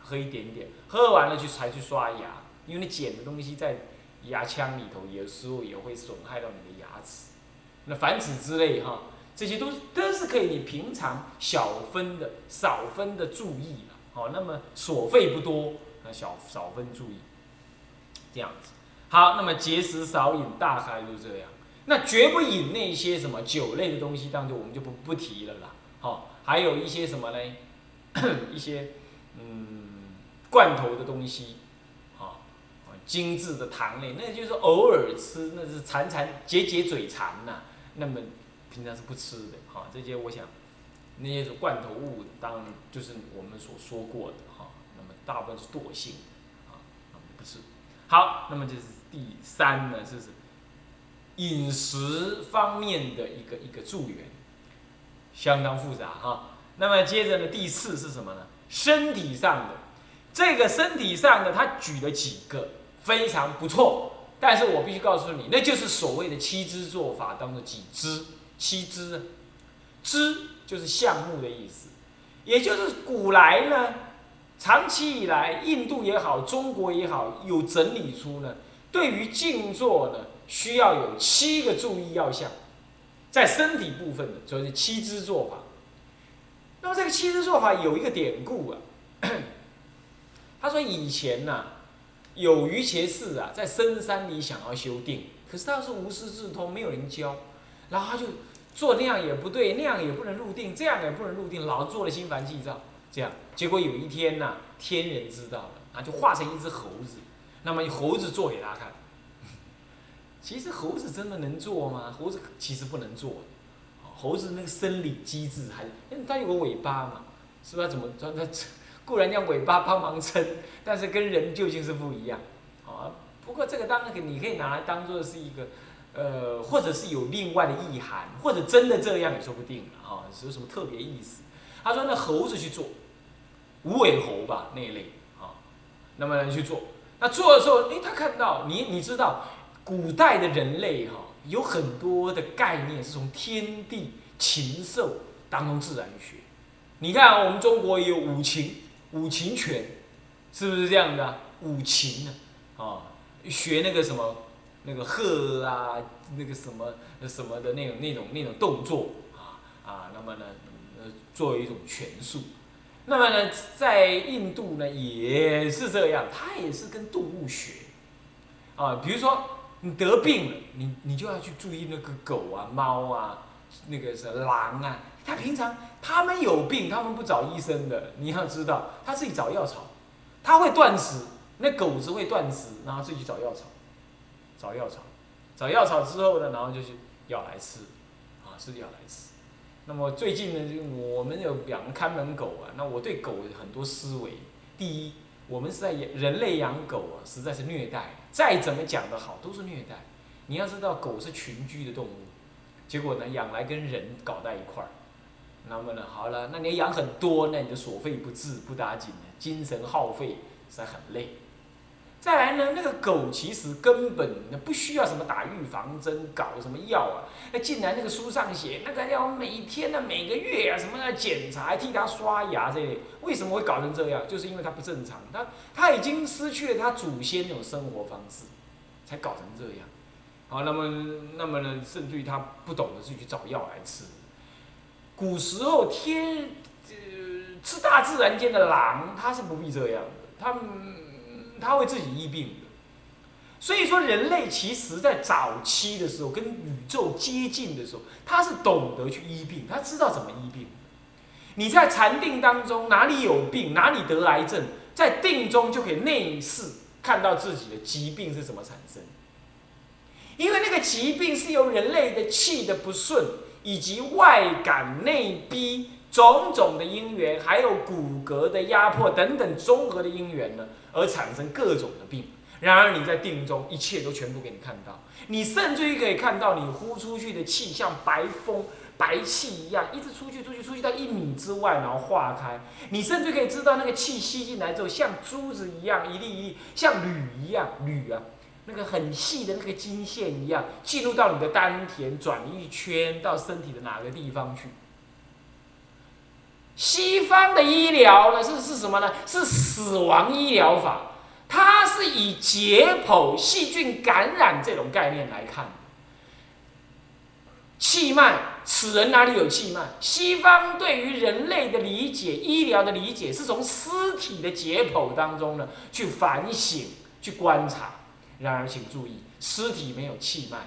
喝一点点，喝完了才去刷牙，因为你碱的东西在牙腔里头，有时候也会损害到你的牙齿。那凡此之类哈，这些都是可以你平常少分的注意了。好，那么所费不多，少分注意，这样子。好，那么节食少饮，大概就是这样。那绝不饮那些什么酒类的东西，当中我们就不提了啦。好，还有一些什么呢？一些罐头的东西，好，精致的糖类，那就是偶尔吃，那是解嘴馋呐。那么平常是不吃的。好，这些我想那些罐头物，当然就是我们所说过的哈。那么大部分是惰性，啊，不吃。好，那么这是第三呢，就是饮食方面的一个助缘，相当复杂哈。那么接着呢，第四是什么呢？身体上的，这个身体上的，他举了几个非常不错，但是我必须告诉你，那就是所谓的七支做法当中几支，七支，支就是项目的意思，也就是古来呢，长期以来，印度也好，中国也好，有整理出呢，对于静坐呢，需要有7个注意要项，在身体部分的，所以是七支做法。那么这个七支做法有一个典故啊，他说以前呐、有瑜伽士啊，在深山里想要修定，可是他是无师自通，没有人教，然后他就做那样也不对，那样也不能入定，这样也不能入定，老做了心烦气躁，这样，结果有一天呐、天人知道了，啊，就化成一只猴子，那么猴子做给他看。其实猴子真的能做吗？猴子其实不能做。猴子那个生理机制还，因为它有个尾巴嘛，是不是？怎么它固然用尾巴帮忙撑，但是跟人究竟是不一样。啊，不过这个当然你可以拿来当做是一个，或者是有另外的意涵，或者真的这样也说不定了啊，有什么特别意思？他说那猴子去做，无尾猴吧那一类啊，那么人去做，那做的时候，他看到你知道，古代的人类哈。有很多的概念是从天地禽兽当中自然学。你看，我们中国也有五禽拳，是不是这样的、五禽呢？啊，学那个什么，那个鹤啊，那个什么的那种动作啊，那么呢，作为一种拳术。那么呢，在印度呢也是这样，它也是跟动物学啊，比如说。你得病了，你就要去注意那个狗啊、猫啊、那个是狼啊。他们有病，他们不找医生的。你要知道，他自己找药草，他会断食，那狗子会断食，然后自己找药草，找药草之后呢，然后就去咬来吃，啊，是咬来吃。那么最近呢，我们有养看门狗啊，那我对狗有很多思维。第一，我们是在人类养狗啊，实在是虐待。再怎么讲的好，都是虐待。你要知道，狗是群居的动物，结果呢，养来跟人搞在一块儿。那么呢，好了，那你养很多，那你的所费不至，不打紧，精神耗费实在很累。再来呢，那个狗其实根本不需要什么打预防针，搞什么药啊。竟然那个书上写，那个要每天呢、每个月啊什么的检查，还替他刷牙这类，为什么会搞成这样？就是因为他不正常，他已经失去了他祖先那种生活方式，才搞成这样。好，那么呢，甚至于他不懂得自己去找药来吃。古时候吃大自然间的狼，他是不必这样的，他会自己医病的。所以说，人类其实在早期的时候，跟宇宙接近的时候，他是懂得去医病，他知道怎么医病。你在禅定当中，哪里有病，哪里得癌症，在定中就可以内视看到自己的疾病是怎么产生。因为那个疾病是由人类的气的不顺，以及外感内逼种种的因缘，还有骨骼的压迫等等综合的因缘呢，而产生各种的病。然而你在定中，一切都全部给你看到，你甚至于可以看到你呼出去的气像白风、白气一样，一直出去到1米之外，然后化开。你甚至可以知道那个气吸进来之后，像珠子一样，一粒一粒，像铝一样，铝啊，那个很细的那个金线一样，进入到你的丹田，转一圈到身体的哪个地方去。 西方的医疗呢是什么呢？是死亡医疗法，它是以解剖细菌感染这种概念来看。气脉，此人哪里有气脉？西方对于人类的理解、医疗的理解，是从尸体的解剖当中呢去反省、去观察。然而，请注意，尸体没有气脉。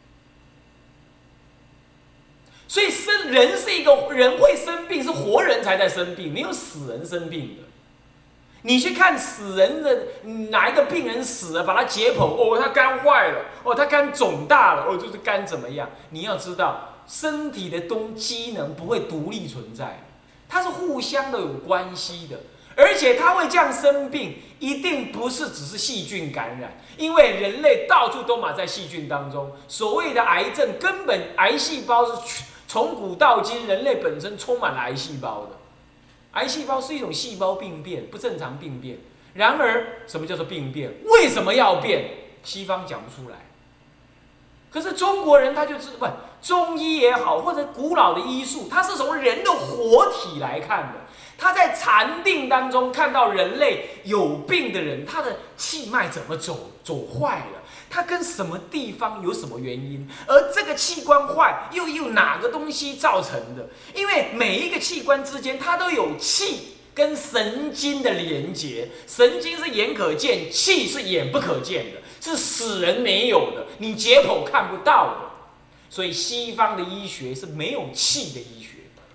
所以人是一个人会生病，是活人才在生病，没有死人生病的。你去看死人的哪一个病人死了，把他解剖，哦，他肝坏了，哦，他肝肿大了，哦，就是肝怎么样？你要知道，身体的机能不会独立存在，它是互相都有关系的。而且它会这样生病，一定不是只是细菌感染，因为人类到处都马在细菌当中。所谓的癌症，根本癌细胞是从古到今人类本身充满了癌细胞的。癌细胞是一种细胞病变，不正常病变。然而，什么叫做病变？为什么要变？西方讲不出来。可是中国人他就不，中医也好，或者古老的医术，它是从人的活体来看的。他在禅定当中看到人类有病的人，他的气脉怎么走坏了，他跟什么地方有什么原因，而这个器官坏又哪个东西造成的？因为每一个器官之间它都有气跟神经的连结，神经是眼可见，气是眼不可见的，是死人没有的，你解剖看不到的。所以西方的医学是没有气的医学。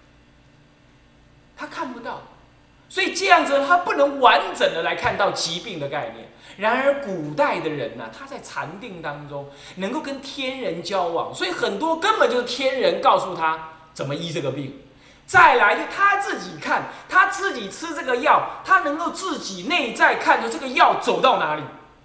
他看不到，所以这样子他不能完整的来看到疾病的概念。然而古代的人呢，他在禅定当中能够跟天人交往，所以很多根本就是天人告诉他怎么医这个病。再来就他自己看，他自己吃这个药，他能够自己内在看出这个药走到哪里，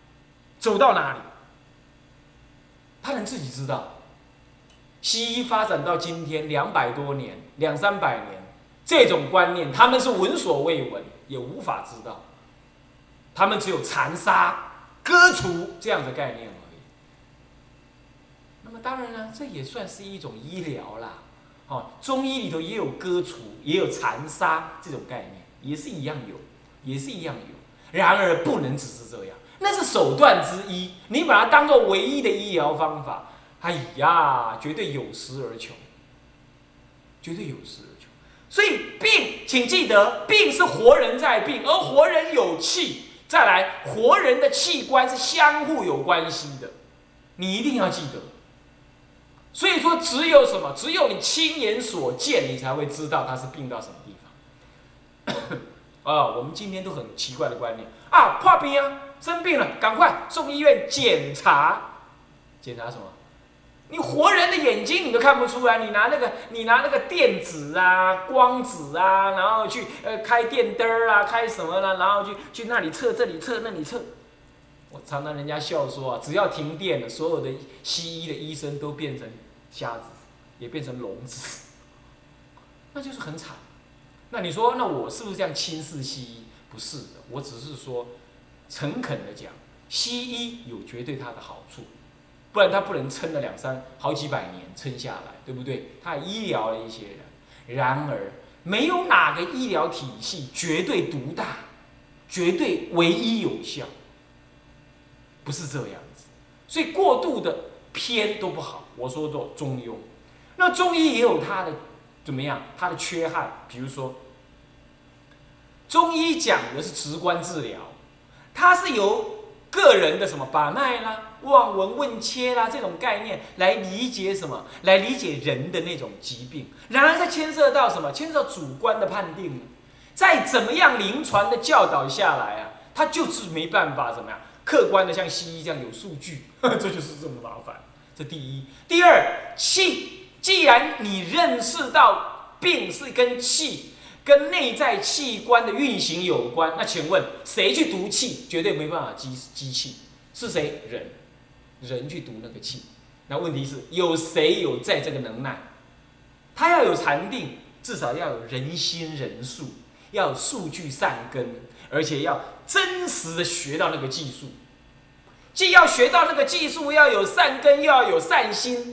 他能自己知道。西医发展到今天200多年，200-300年。这种观念，他们是闻所未闻，也无法知道。他们只有残杀、割除这样的概念而已。那么当然了，这也算是一种医疗啦。哦，中医里头也有割除，也有残杀这种概念，也是一样有。然而不能只是这样，那是手段之一。你把它当作唯一的医疗方法，哎呀，绝对有失而穷，绝对有失而穷。所以病，请记得，病是活人在病，而活人有气。再来，活人的器官是相互有关系的，你一定要记得。所以说，只有什么？只有你亲眼所见，你才会知道他是病到什么地方。我们今天都很奇怪的观念啊，破病啊，生病了，赶快送医院检查，检查什么？你活人的眼睛你都看不出来，你拿那个电子啊、光子啊，然后去开电灯啊、开什么呢？然后去那里测、这里测、那里测。我常常人家笑说啊，只要停电了，所有的西医的医生都变成瞎子，也变成聋子，那就是很惨。那你说，那我是不是这样轻视西医？不是的，我只是说诚恳的讲，西医有绝对它的好处。不然他不能撑了好几百年撑下来，对不对？他医疗了一些人，然而没有哪个医疗体系绝对独大，绝对唯一有效，不是这样子。所以过度的偏都不好。我说做中庸，那中医也有它的怎么样？它的缺憾，比如说，中医讲的是直观治疗，它是由个人的什么把脉啦、望闻问切啦这种概念来理解什么？来理解人的那种疾病。然而，这牵涉到什么？牵涉到主观的判定。再怎么样临床的教导下来啊，他就是没办法怎么样客观的像西医这样有数据，这就是这么麻烦。这第一。第二，气，既然你认识到病是跟气。跟内在器官的运行有关，那请问谁去读气？绝对没办法机器，是谁？人去读那个气。那问题是有谁有在这个能耐？他要有禅定，至少要有人心人术，要有数据善根，而且要真实的学到那个技术。既要学到那个技术，要有善根，又要有善心。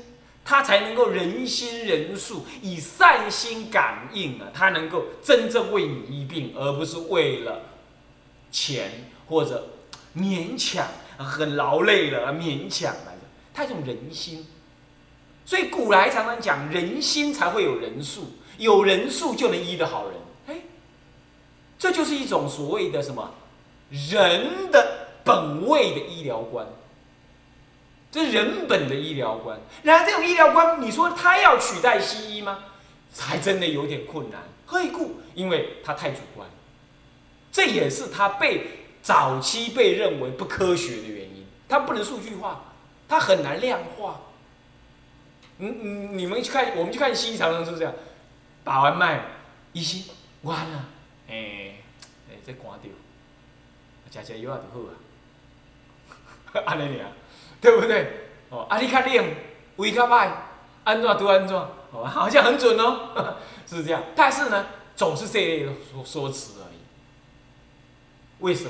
他才能够人心仁术，以善心感应啊，他能够真正为你医病，而不是为了钱或者勉强，很劳累了勉强来的。他一种人心，所以古来常常讲人心才会有人术，有人术就能医得好人。哎，这就是一种所谓的什么人的本位的医疗观。这是人本的医疗观，然而这种医疗观，你说他要取代西医吗？还真的有点困难。何以故？因为他太主观，这也是他早期被认为不科学的原因。他不能数据化，他很难量化。你们去看，我们去看西医常常是这样，把完脉，医生完了，这刮掉，吃药就好啊，安尼尔。对不对？哦，你较冷，胃较歹，安怎都安怎，哦，好像很准哦，是这样。但是呢，总是这类的说辞而已。为什么？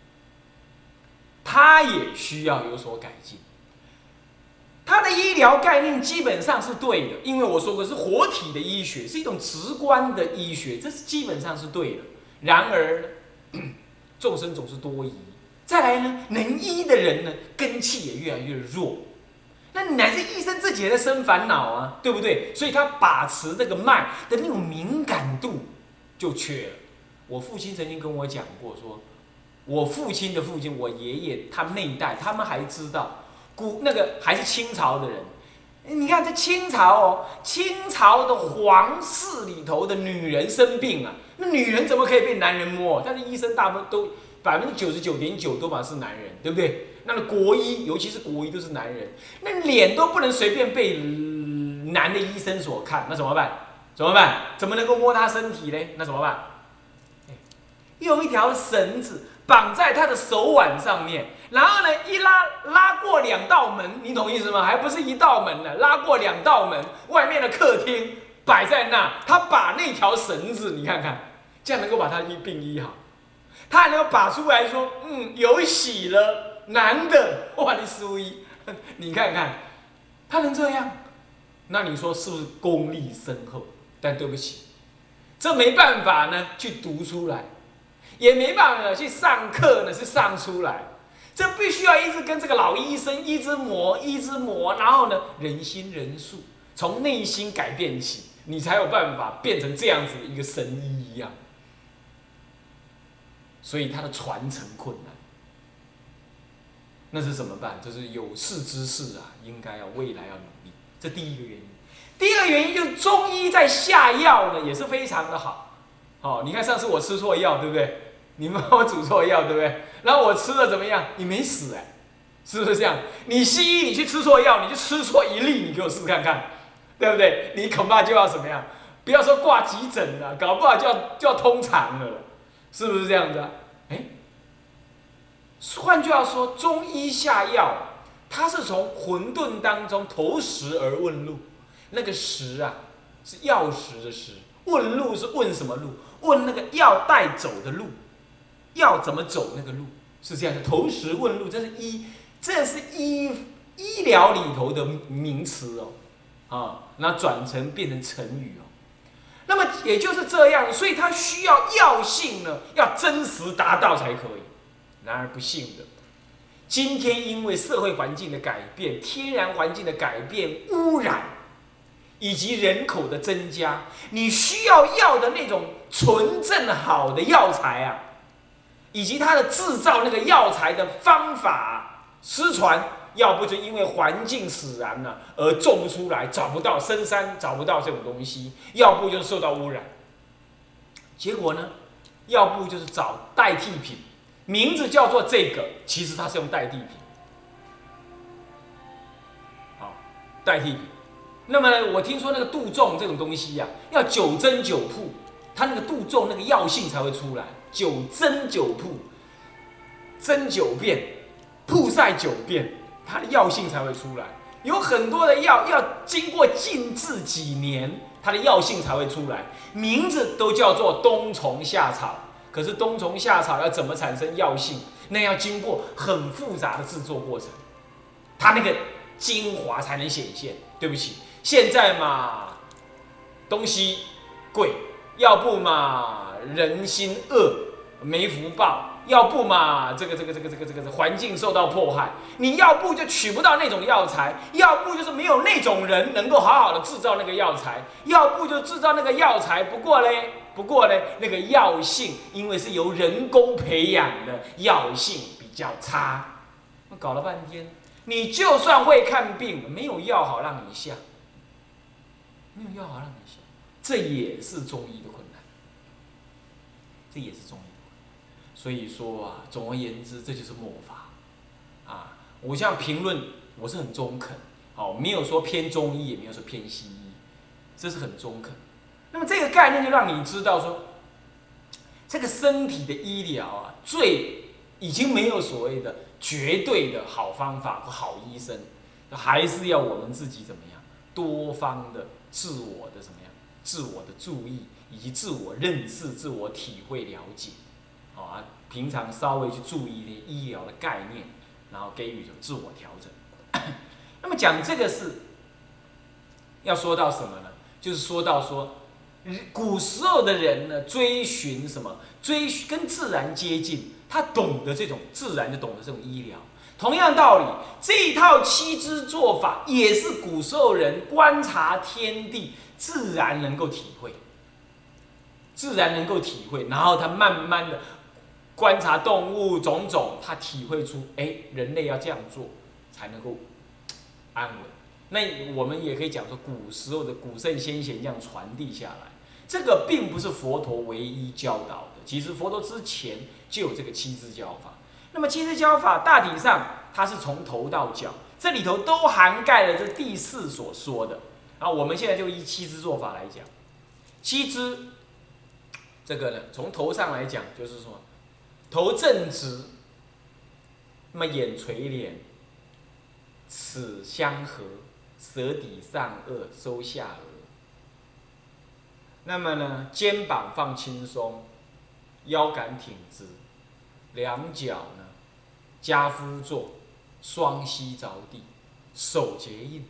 他也需要有所改进。他的医疗概念基本上是对的，因为我说过是活体的医学，是一种直观的医学，这是基本上是对的。然而，众生总是多疑。再来呢，能医的人呢，根气也越来越弱。那你乃至医生自己也在生烦恼啊，对不对？所以他把持这个脉的那种敏感度就缺了。我父亲曾经跟我讲过说，我父亲的父亲，我爷爷他们那一代，他们还知道，那个还是清朝的人。你看这清朝哦，清朝的皇室里头的女人生病啊，那女人怎么可以被男人摸？但是医生大部分都。99.9%都嘛是男人，对不对？那个国医，尤其是国医都是男人，那脸都不能随便被男的医生所看，那怎么办？怎么办？怎么能够摸他身体呢？那怎么办？用一条绳子绑在他的手腕上面，然后呢，一拉过2道门，你懂意思吗？还不是1道门呢，拉过2道门，外面的客厅摆在那，他把那条绳子，你看看，这样能够把他病医好。他还能够拔出来说，有喜了，男的，哇，你输一，你看看，他能这样，那你说是不是功力深厚？但对不起，这没办法呢去读出来，也没办法去上课呢是上出来，这必须要一直跟这个老医生一直磨，然后呢人心仁术，从内心改变起，你才有办法变成这样子的一个神医一样。所以它的传承困难，那是怎么办？就是有识之士啊，应该未来要努力。这第一个原因。第二个原因就是中医在下药呢，也是非常的好。你看上次我吃错药，对不对？你们帮我煮错药，对不对？然后我吃了怎么样？你没死是不是这样？你西医你去吃错药，你就吃错1粒，你给我试看看，对不对？你恐怕就要怎么样？不要说挂急诊了，搞不好就要通常了。是不是这样子啊？换句话说，中医下药，它是从混沌当中投石而问路。那个石啊，是药石的石；问路是问什么路？问那个药带走的路，药怎么走那个路？是这样的，投石问路，这是医疗里头的名词哦，那转成变成成语哦。那么也就是这样，所以它需要药性呢，要真实达到才可以。然而不幸的，今天因为社会环境的改变、天然环境的改变、污染，以及人口的增加，你需要药的那种纯正好的药材啊，以及它的制造那个药材的方法失传，要不就因为环境使然了而种不出来，找不到深山找不到这种东西，要不就是受到污染。结果呢，要不就是找代替品，名字叫做这个，其实它是用代替品。好，代替品。那么我听说那个杜仲这种东西呀，要9针9铺，它那个杜仲那个药性才会出来。9针9铺，针9遍，铺晒9遍。它的药性才会出来，有很多的药要经过静置几年，它的药性才会出来。名字都叫做冬虫夏草，可是冬虫夏草要怎么产生药性？那要经过很复杂的制作过程。它那个精华才能显现。对不起，现在嘛，东西贵，要不嘛人心恶，没福报，要不嘛这个环境受到迫害，你要不就取不到那种药材，要不就是没有那种人能够好好的制造那个药材，要不就制造那个药材，不过嘞，那个药性因为是由人工培养的，药性比较差。那搞了半天，你就算会看病，没有药好让你下，没有药好让你下，这也是中医的困难，这也是中医的困难。所以说啊，总而言之，这就是末法啊。我这样评论，我是很中肯，好，没有说偏中医，也没有说偏西医，这是很中肯。那么这个概念就让你知道说，这个身体的医疗啊，已经没有所谓的绝对的好方法和好医生，还是要我们自己怎么样，多方的自我的怎么样，自我的注意以及自我认识、自我体会、了解，啊，平常稍微去注意一些医疗的概念，然后给予自我调整。那么讲这个是要说到什么呢？就是说到说，古时候的人呢，追寻什么？追寻跟自然接近，他懂得这种自然就懂得这种医疗。同样道理，这一套七支做法也是古时候人观察天地，自然能够体会，然后他慢慢的观察动物种种，他体会出，人类要这样做才能够安稳。那我们也可以讲说，古时候的古圣先贤这样传递下来，这个并不是佛陀唯一教导的，其实佛陀之前就有这个七支教法。那么七支教法大体上它是从头到脚，这里头都涵盖了这第四所说的。啊，我们现在就依七支做法来讲，七支这个呢，从头上来讲就是说，头正直，那么眼垂帘，齿相合，舌抵上颚，收下颚。那么呢，肩膀放轻松，腰杆挺直，两脚呢夹夫坐，双膝着地，手结印。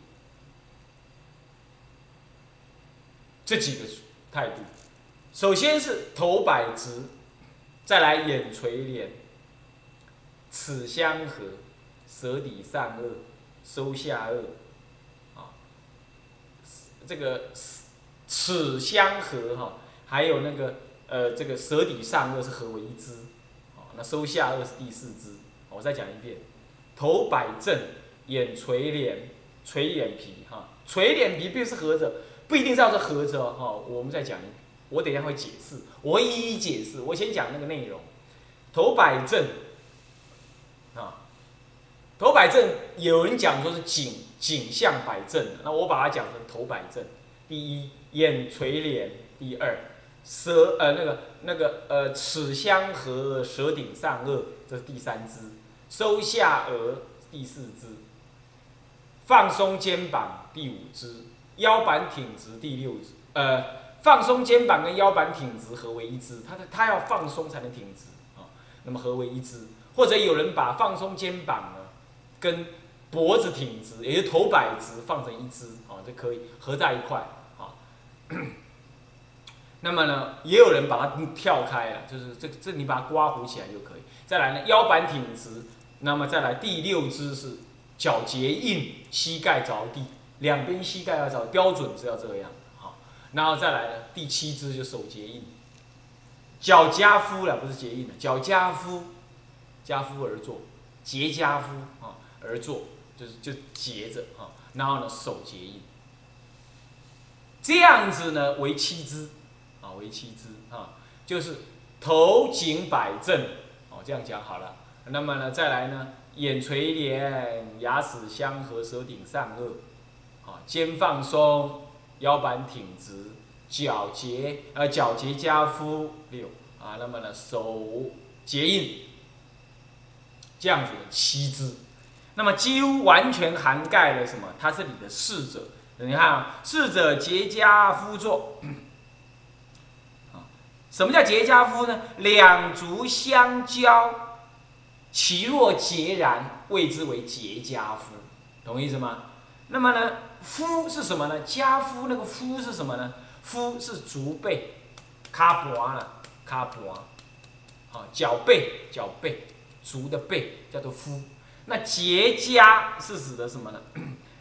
这几个态度，首先是头摆直，再来眼垂帘，齿相合，舌抵上颚，收下颚。啊，这个齿相合哈，还有那个这个舌抵上颚是合为一支，那收下颚是第四支。我再讲一遍，头摆正，眼垂帘，垂眼皮哈，垂脸皮并不是合着，不一定是要是合着哈。我们再讲一遍，我等一下会解释，我会一一解释。我先讲那个内容，头摆正啊，头摆正，有人讲说是颈项摆正，那我把它讲成头摆正。第一，眼垂帘；第二，齿相合，舌顶上颚，这是第三支；收下颚，第四支；放松肩膀，第五支；腰板挺直，第六支。放松肩膀跟腰板挺直合为一支，它要放松才能挺直啊，那么合为一支。或者有人把放松肩膀呢，跟脖子挺直，也就是头摆直放成一支啊，这可以合在一块啊。那么呢，也有人把它跳开了，就是这你把它刮胡起来就可以。再来呢，腰板挺直，那么再来第六支是脚结印，膝盖着地，两边膝盖要着，标准是要这样好。然后再来呢，第七支就手结印，脚夹夫了，不是结印了，脚夹夫，夹夫而坐，结夹夫啊而坐，就结着啊，然后呢手结印，这样子呢为七支啊，为七支啊，就是头颈摆正哦，这样讲好了。那么呢再来呢，眼垂帘，牙齿相合，舌顶上颚，啊，肩放松，腰板挺直，脚结夹夫六啊，那么呢手结印，这样子的七支，那么几乎完全涵盖了什么？它这里的侍者，你看啊，侍者结跏趺坐，什么叫结跏趺呢？两足相交，其若截然，谓之为结跏趺， 懂我意思吗？那么呢，夫是什么呢？家夫那个夫是什么呢？夫是足背，卡脖了，卡脖，啊，脚背，足的背叫做夫。那结家是指的什么呢？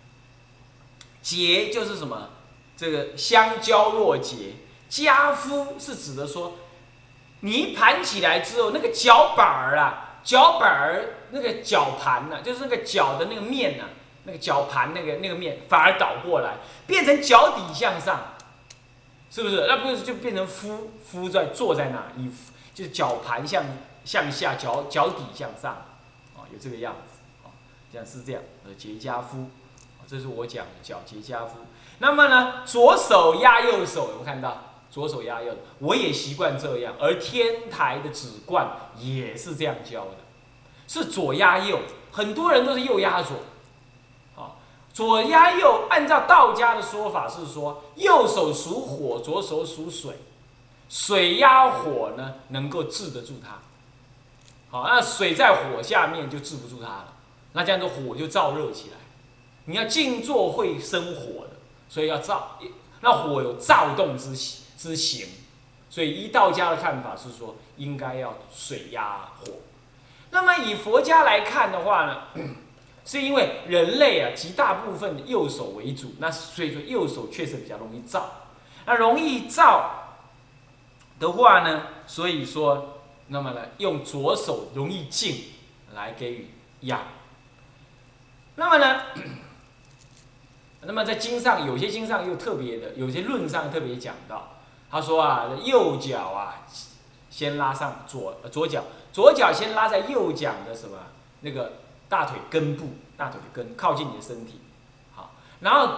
结就是什么？这个相交若结。家夫是指的说，你一盘起来之后，那个脚板儿啊，那个绞盘呢，就是那个脚的那个面呢、那个绞盘那个面反而倒过来，变成脚底向上，是不是？那不是就变成夫在坐在那，就是脚盘向下，脚底向上，啊，有这个样子，啊，这样是这样，结家夫，这是我讲的脚结家夫。那么呢，左手压右手，有没有看到？左手压右手，我也习惯这样，而天台的止观也是这样教的，是左压右，很多人都是右压左，啊，左压右，按照道家的说法是说，右手属火，左手属水，水压火呢，能够治得住它，好，那水在火下面就治不住它了，那这样子火就燥热起来，你要静坐会生火的，所以要那火有躁动之行，所以依道家的看法是说，应该要水压火。那么以佛家来看的话呢，是因为人类啊，极大部分右手为主，那所以说右手确实比较容易燥。那容易燥的话呢，所以说，那么呢，用左手容易静来给予压。那么呢？那么在经上，有些经上又特别的，有些论上特别讲到，他说啊，右脚啊，先拉上左脚先拉在右脚的什么那个大腿根部，大腿的根靠近你的身体，好，然后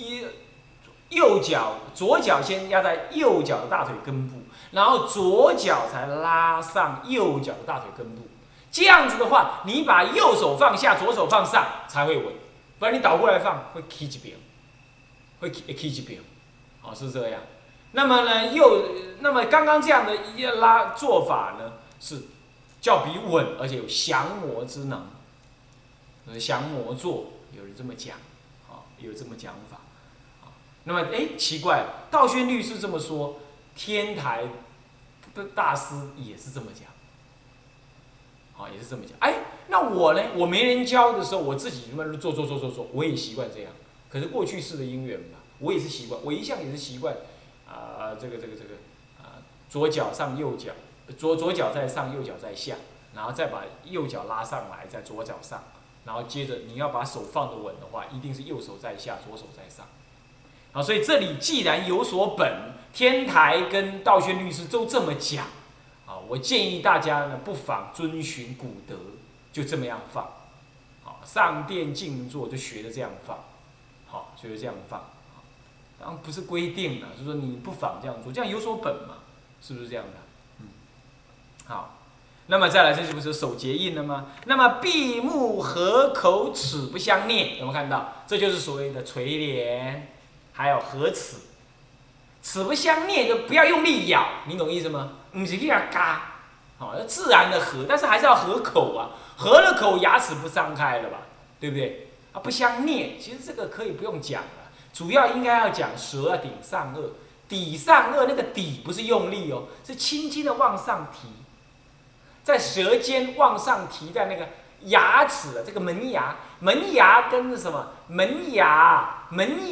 左脚先压在右脚的大腿根部，然后左脚才拉上右脚的大腿根部，这样子的话，你把右手放下，左手放上才会稳。不然你倒过来放会起一边，会起一边，好，是这样。那么呢，那么刚刚这样的拉做法呢，是较比稳，而且有降魔之能。降魔坐，有人这么讲，啊，有这么讲法，啊。那么奇怪了，道宣律师这么说，天台的大师也是这么讲。啊，也是这么讲。那我呢？我没人教的时候，我自己做，我也习惯这样。可是过去式的因缘吧，我也是习惯，我一向也是习惯，这个，左脚上右脚，左脚在上，右脚在下，然后再把右脚拉上来，在左脚上，然后接着你要把手放得稳的话，一定是右手在下，左手在上。好，所以这里既然有所本，天台跟道宣律师都这么讲。我建议大家呢，不妨遵循古德，就这么样放。好，上殿静坐就学着这样放，好，学着这样放。当然不是规定了，就是说你不妨这样做，这样有所本嘛，是不是这样的？好，那么再来，这就不是手结印了吗？那么闭目合口齿不相念，有没有看到？这就是所谓的垂帘，还有合齿。齿不相念就不要用力咬，你懂意思吗？不是去它嘎，好，要自然的合，但是还是要合口啊，合了口牙齿不张开了吧，对不对？不相念，其实这个可以不用讲了，主要应该要讲舌啊顶上颚，底上颚那个底不是用力哦，是轻轻的往上提，在舌尖往上提，在那个牙齿的这个门牙跟什么？门牙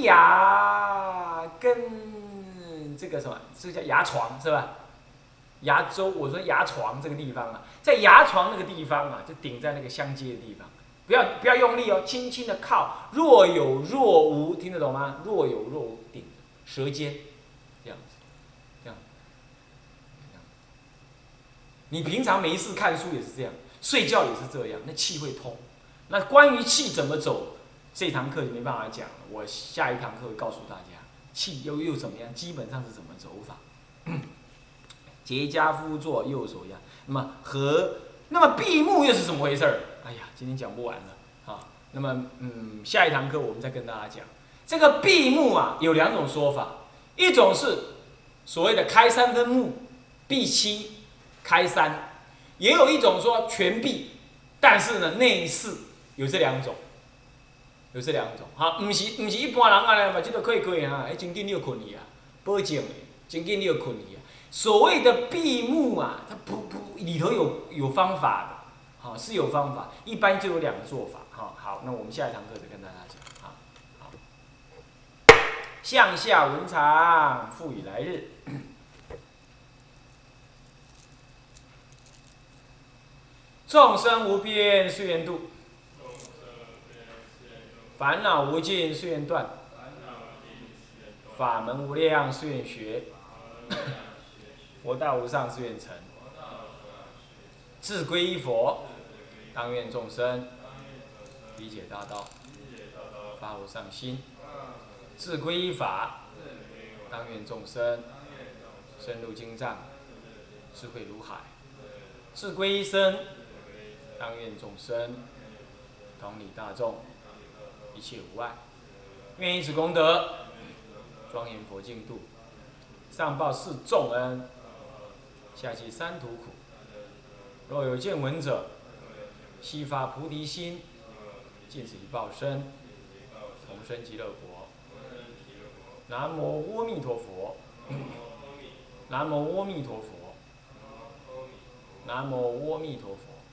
跟这个什么？这个叫牙床是吧？牙周，我说牙床这个地方啊，在牙床那个地方啊，就顶在那个相接的地方，不要用力哦，轻轻的靠，若有若无，听得懂吗？若有若无，顶舌尖，这样子，这样。你平常没事看书也是这样，睡觉也是这样，那气会通。那关于气怎么走，这堂课就没办法讲了，我下一堂课会告诉大家，气又怎么样，基本上是怎么走法。结家夫坐，右手压。那么闭目又是怎么回事？哎呀，今天讲不完了啊。那么下一堂课我们再跟大家讲。这个闭目啊，有两种说法，一种是所谓的开三分目，闭七，开三，也有一种说全闭，但是呢内四，有这两种。 有这两种，哈，毋是一般人安尼嘛，即个可以哈，真紧你就困去啊，保证的，真紧你就困去啊。所谓的闭目啊，它不里头有方法的，好是有方法，一般就有两个做法，好，那我们下一堂课再跟大家讲，好，向下文长，复以来日。众生无边誓愿度，烦恼无尽誓愿断，法门无量誓愿学，佛道无上誓愿成。自皈依佛，当愿众生理解大道，发无上心；自皈依法，当愿众生深入经藏，智慧如海；自皈依僧，当愿众生同理大众，一切无碍。愿以此功德，庄严佛净土，上报四重恩，下济三途苦。若有见闻者，悉发菩提心，尽此一报身，同生极乐国。南无阿弥陀佛。南无阿弥陀佛。南无阿弥陀佛。